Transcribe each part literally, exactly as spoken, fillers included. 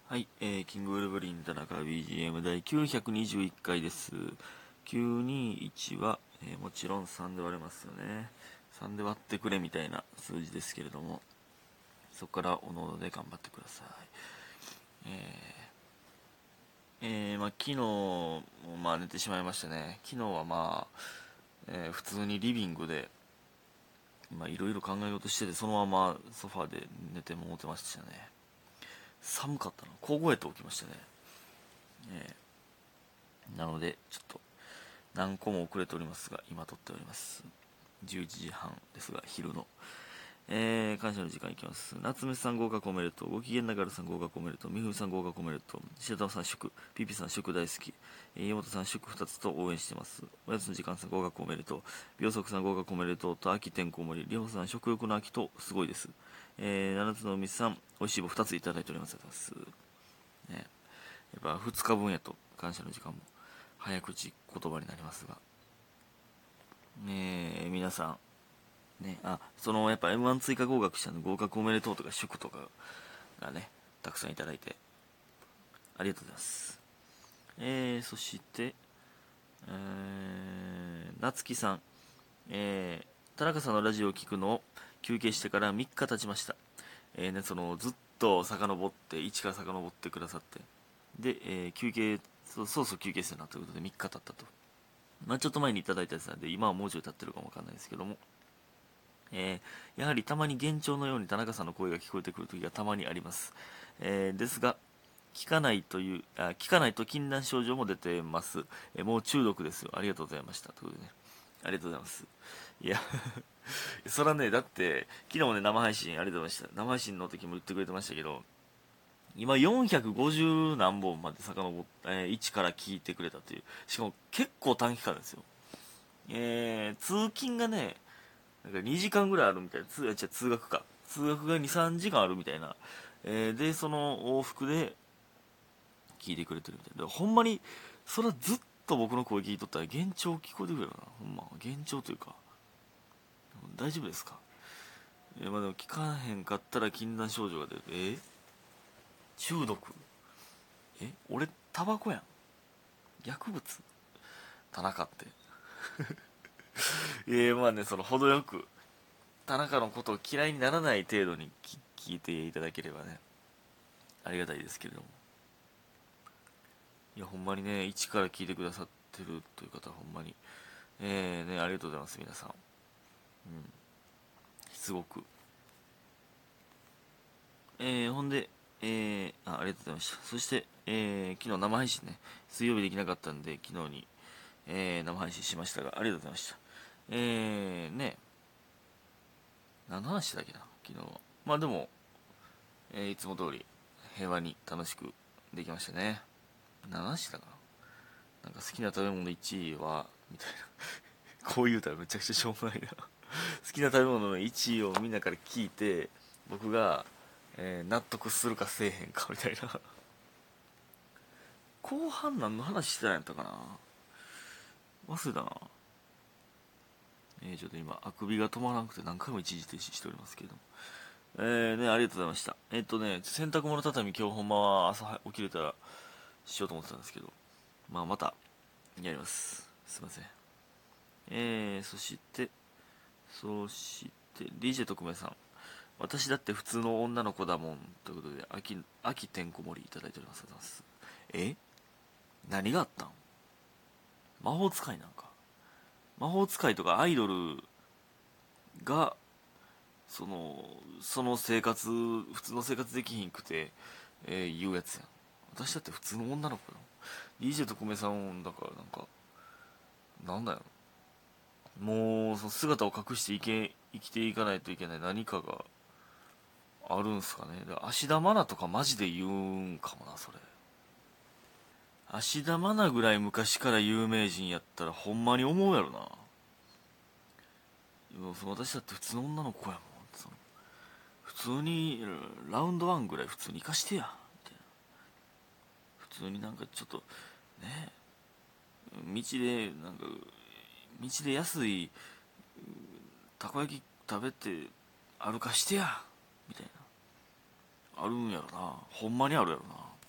はい、えー、キングウルブリン田中 ビージーエム 第きゅうひゃくにじゅういっかいです。きゅうにいちは、えーもちろんさんで割れますよね。さんで割ってくれみたいな数字ですけれども、そこからおのおので頑張ってください。えー、えーまあ、昨日もまあ寝てしまいましたね。昨日はまあ、えー普通にリビングで、まあいろいろ考え事してて、そのままソファーで寝てもうてましたね。寒かったな。凍えて起きましたね。えーなので、ちょっと何個も遅れておりますが、今撮っております。じゅういちじはんですが、昼の。えー、感謝の時間いきます。夏目さん合格おめでとう。ご機嫌ながらさん合格おめでとう。みふみさん合格おめでとう。白玉さん祝。ピピさん祝大好き。えー、山本さん祝ふたつと応援してます。おやつの時間さん合格おめでとう。秒速さん合格おめでとうと、秋天候盛り。りょうさん食欲の秋とすごいです。えー、七つの海さん、おいしい棒ふたついただいております。ありがとうございます。ね、やっぱふつかぶんやと感謝の時間も早口言葉になりますが、ねえ皆さんね、あそのやっぱ エムワン 追加合格したの合格おめでとうとか祝とかがねたくさんいただいてありがとうございます。えー、そして、えー、夏木さん、えー、田中さんのラジオを聞くのを休憩してからみっか経ちました。えーね、そのずっと遡っていちから遡ってくださってで、えー休憩そうそうそう休憩するなということでみっか経ったと。まあ、ちょっと前にいただいたやつなんで今はもうちょい経ってるかもわかんないですけども、えーやはりたまに幻聴のように田中さんの声が聞こえてくる時がたまにあります。えーですが聞かないというあ聞かないと禁断症状も出てます。えーもう中毒ですよ。ありがとうございましたということでね、ありがとうございます。いやそらね、だって昨日もね生配信ありがとうございました。生配信の時も言ってくれてましたけど、今よんひゃくごじゅう何本まで遡って、えーいちから聞いてくれたという、しかも結構短期間ですよ。えー、通勤がねなんかにじかんぐらいあるみたいな、通じゃ通学か通学がにさんじかんあるみたいな、えーでその往復で聞いてくれてるみたいな。ほんまにそれはずっと僕の声聞いとったら幻聴聞こえてくるよな。ほんま幻聴というか大丈夫ですか。えーまあでも聞かへんかったら禁断症状が出る。えー、中毒。え俺タバコやん。薬物。田中ってええまあね、その程よく田中のことを嫌いにならない程度に聞いていただければねありがたいですけれども、いやほんまにね一から聞いてくださってるという方はほんまにえー、ねありがとうございます皆さん。うん、すごくえー、ほんでえー、あありがとうございました。そして、えー、昨日生配信ね水曜日できなかったんで昨日に、えー、生配信しましたがありがとうございました。えー、ね何の話だっけな昨日は。まあでも、えーいつも通り平和に楽しくできましたね。何の話だかな。なんか好きな食べ物いちいはみたいなこう言うたらめちゃくちゃしょうもないな好きな食べ物のいちいをみんなから聞いて僕が、えー納得するかせえへんかみたいな後半何の話してたんやったかな忘れたな。えー、ちょっと今あくびが止まらなくて何回も一時停止しておりますけれども、えーね、ありがとうございました。えっとね、洗濯物畳今日ほんまは朝起きれたらしようと思ってたんですけど、まあまたやります。すいません。えー、そして、そして、ディージェー 特命さん。私だって普通の女の子だもん。ということで、秋、秋てんこ盛りいただいております。ありがとうございます。え何があったん。魔法使いなんか。魔法使いとかアイドルが、その、その生活、普通の生活できひんくて、えー、言うやつやん。私だって普通の女の子よ。ディージェー 特命さんだからなんか、なんだよ。もう、その姿を隠していけ、生きていかないといけない何かがあるんすかね。で芦田愛菜とかマジで言うんかもな、それ。芦田愛菜ぐらい昔から有名人やったらほんまに思うやろな。その私だって普通の女の子やもん。その普通に、ラウンドワンぐらい普通に行かしてや。みたいな。普通になんかちょっと、ね、道で、なんか、道で安いたこ焼き食べて歩かしてや。みたいな。あるんやろな。ほんまにあるやろな。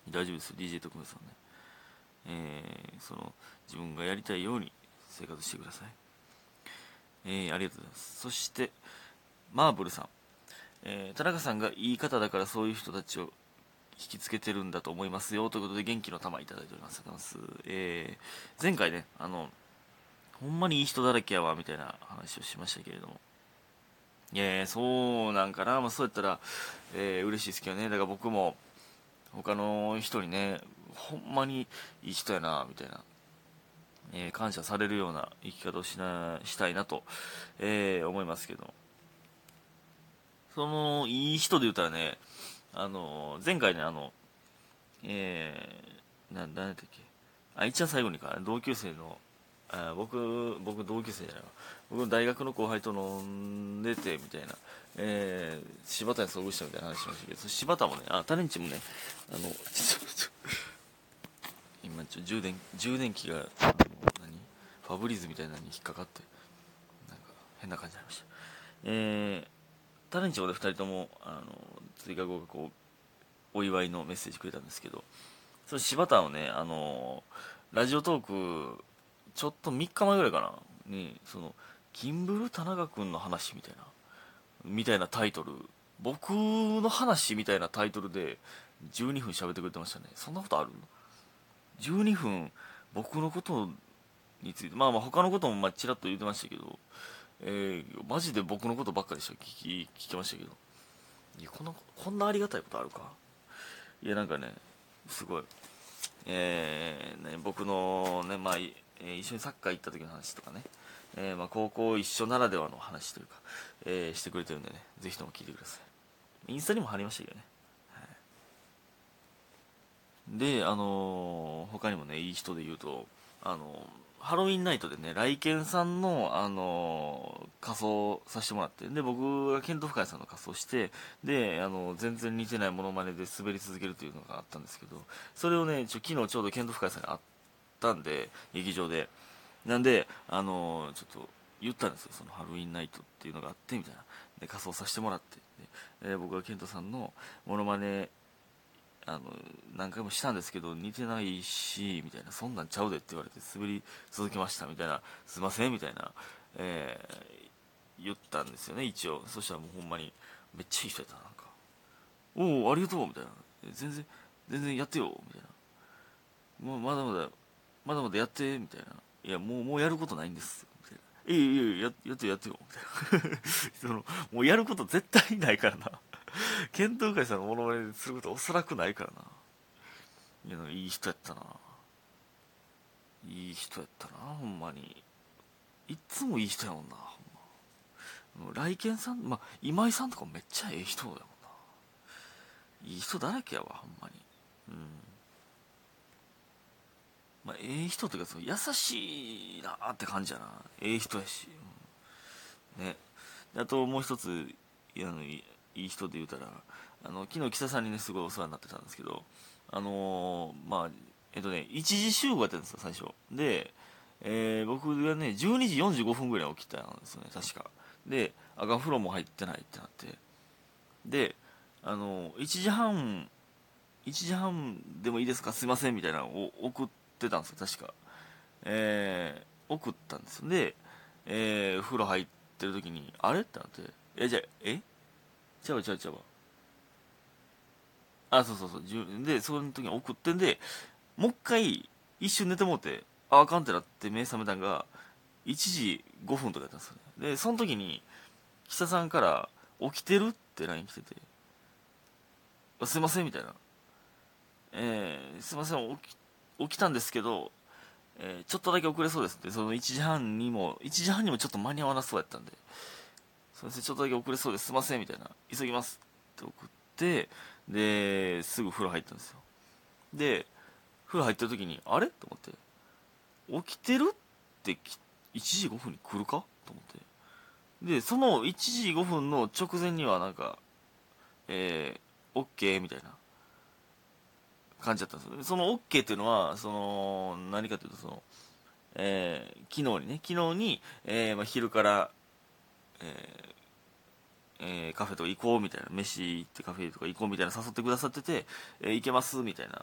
大丈夫ですよ ディージェー 特命さんね。えー、その自分がやりたいように生活してください。えー、ありがとうございます。そしてマーブルさん、えー、田中さんがいい方だからそういう人たちを引きつけてるんだと思いますよということで元気の玉いただいております。えー、前回ね、あのほんまにいい人だらけやわみたいな話をしましたけれども、いやいやそうなんかな、まあ、そうやったら、えー、嬉しいですけどね。だから僕も他の人にね、ほんまにいい人やなみたいな、えー、感謝されるような生き方をしなしたいなと、えー、思いますけど、そのいい人で言ったらね、あの前回ね、あのえー、な誰だっけ、あ一番最後にか同級生の、あ僕僕同級生じゃないわ、僕の大学の後輩と飲んでてみたいな、えー、柴田に遭遇したみたいな話しましたけど、そ柴田もね、あタレンチもね、あのちょっと今ちょ充電充電器があの何ファブリーズみたいなのに引っかかってなんか変な感じになりました。えー、タレンチもでふたりともあの追加合格をお祝いのメッセージくれたんですけど、その柴田をね、あのラジオトークちょっとみっかまえぐらいかなに、そのキンブル田中君の話みたいなみたいなタイトル、僕の話みたいなタイトルでじゅうにふん喋ってくれてましたね。そんなことある？じゅうにふん僕のことについて、まあまあ他のこともまあちらっと言ってましたけど、えー、マジで僕のことばっかりした聞き聞きましたけど、いやこんなこんなありがたいことあるか。いやなんかね、すごい、えーね、僕のね、まあいえー一緒にサッカー行った時の話とかね、えーまあ、高校一緒ならではの話というか、えーしてくれてるんでね、ぜひとも聞いてください。インスタにも貼りましたけどね。はい、で、あのー他にもね、いい人で言うと、あのーハロウィンナイトでね、ライケンさんの、あのー仮装させてもらって、で、僕がケント・フカイさんの仮装して、で、あのー全然似てないモノマネで滑り続けるというのがあったんですけど、それをね、ちょ昨日ちょうどケント・フカイさんに会ったんで、劇場で。なんで、あのーちょっと言ったんですよ、そのハロウィンナイトっていうのがあって、みたいな。で、仮装させてもらって、で、えー僕がケントさんのモノマネ、あの何回もしたんですけど似てないしみたいな、そんなんちゃうでって言われて滑り続けましたみたいな、すいませんみたいな、えー、言ったんですよね一応。そしたらもうほんまにめっちゃいい人やった。なんかおおありがとうみたいな、全然全然やってよみたいな、もうまだまだまだまだやってみたいな、いやもうもうやることないんですみたいな、いやいやややってよやってよみたいなそのもうやること絶対ないからな剣道会さんのモノマネすることおそらくないからな。いやなんかいい人やったな、いい人やったなほんまに。いっつもいい人やもんなほんま。来賢さん、まあ、今井さんとかめっちゃええ人やもんな。いい人だらけやわほんまに。うん、まあええ人っていうかその優しいなって感じやな。ええ人やし、うん、ね。あともう一つ、いやあのいいい人で言うたら、あの昨日北さんにねすごいお世話になってたんですけど、あのー、まあえっとね一時集合やったんですよ最初で、えー、僕がねじゅうにじよんじゅうごふんぐらい起きたんですよね確か。で赤風呂も入ってないってなって、であのー、いちじはんいちじはんでもいいですかすいませんみたいなのを送ってたんですよ確か。えー、送ったんですよ。で、えー、風呂入ってる時にあれってなって、えじゃあえちゃうわちゃうちゃうわ、あそうそうそうじゅでその時に送ってんで、もう一回一瞬寝てもうて、ああかんってなって目覚めたんがいちじごふんとかやったんですよね。でその時に岸田さんから「起きてる?」って ライン 来てて「あすいません」みたいな「えー、すいません起き起きたんですけど、えーちょっとだけ遅れそうです」って、そのいちじはんにもいちじはんにもちょっと間に合わなそうやったんで「すいませんちょっとだけ遅れそうですすいません」みたいな「急ぎます」って送って、ですぐ風呂入ったんですよ。で風呂入ってる時にあれと思って、起きてるっていちじごふんに来るかと思って、でそのいちじごふんの直前にはなんかえー、OK みたいな感じだったんですよ。その OK っていうのはその何かというと、その、えー、昨日にね昨日に、えーまあ、昼から、えーえーカフェとか行こうみたいな、飯行ってカフェとか行こうみたいな誘ってくださってて、えー行けますみたいな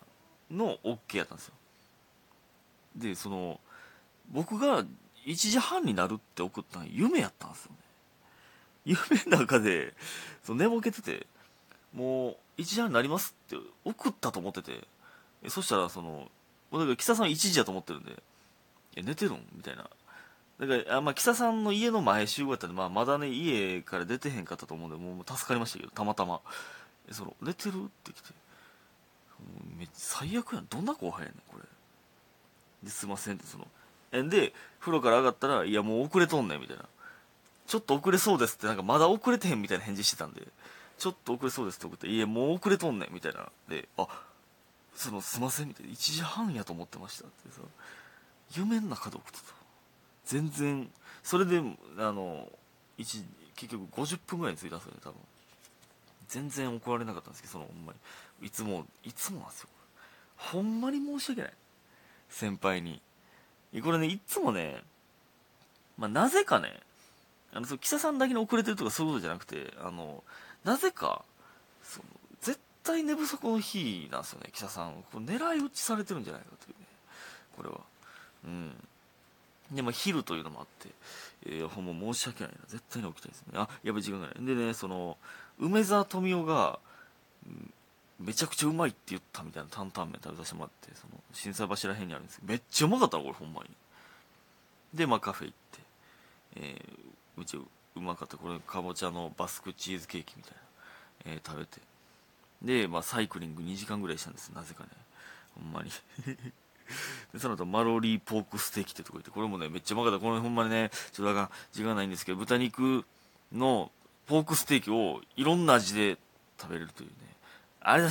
の OK やったんですよ。でその僕がいちじはんになるって送ったの夢やったんですよね。夢の中でその寝ぼけてて、もういちじはんになりますって送ったと思ってて、そしたらそのだから北さんいちじやと思ってるんで、え寝てるんみたいな。だからあ、まあ、北さんの家の前集合やったんで、まあ、まだね家から出てへんかったと思うんで、もう助かりましたけど、たまたまえその寝てるって来て、めっちゃ最悪やん、どんな後輩やねんこれですいませんって、そのえで風呂から上がったら、いやもう遅れとんねんみたいな、ちょっと遅れそうですって、なんかまだ遅れてへんみたいな返事してたんで、ちょっと遅れそうですって送って、いやもう遅れとんねんみたいなで、あそのすいませんみたいな、いちじはんやと思ってましたって、その夢の中で送ってた。全然それであの一結局ごじゅっぷんぐらいに着いたんですよね多分。全然怒られなかったんですけど、そのほんまにいつもいつもなんですよ、ほんまに申し訳ない先輩に。これねいつもね、まあ、なぜかね、あのその記者さんだけに遅れてるとかそういうことじゃなくて、あのなぜかその絶対寝不足の日なんですよね、記者さん。これ狙い撃ちされてるんじゃないかというね、これは。うんで、まあ、昼というのもあって、えー、ほんま申し訳ないな、絶対に起きたいですね。あ、やばい時間がない。でね、その、梅沢富美男が、うんめちゃくちゃうまいって言ったみたいな担々麺食べさせてもらって、その、心斎橋らへんにあるんですけど、めっちゃうまかったの、これ、ほんまに。で、まあ、カフェ行って、えー、うちうまかった。これ、かぼちゃのバスクチーズケーキみたいな、えー、食べて。で、まあ、サイクリングにじかんぐらいしたんです、なぜかね。ほんまに。でその後マロリーポークステーキってとこ行って、これもねめっちゃうまかった。これほんまにねちょっとだから時間ないんですけど、豚肉のポークステーキをいろんな味で食べれるというね、あれ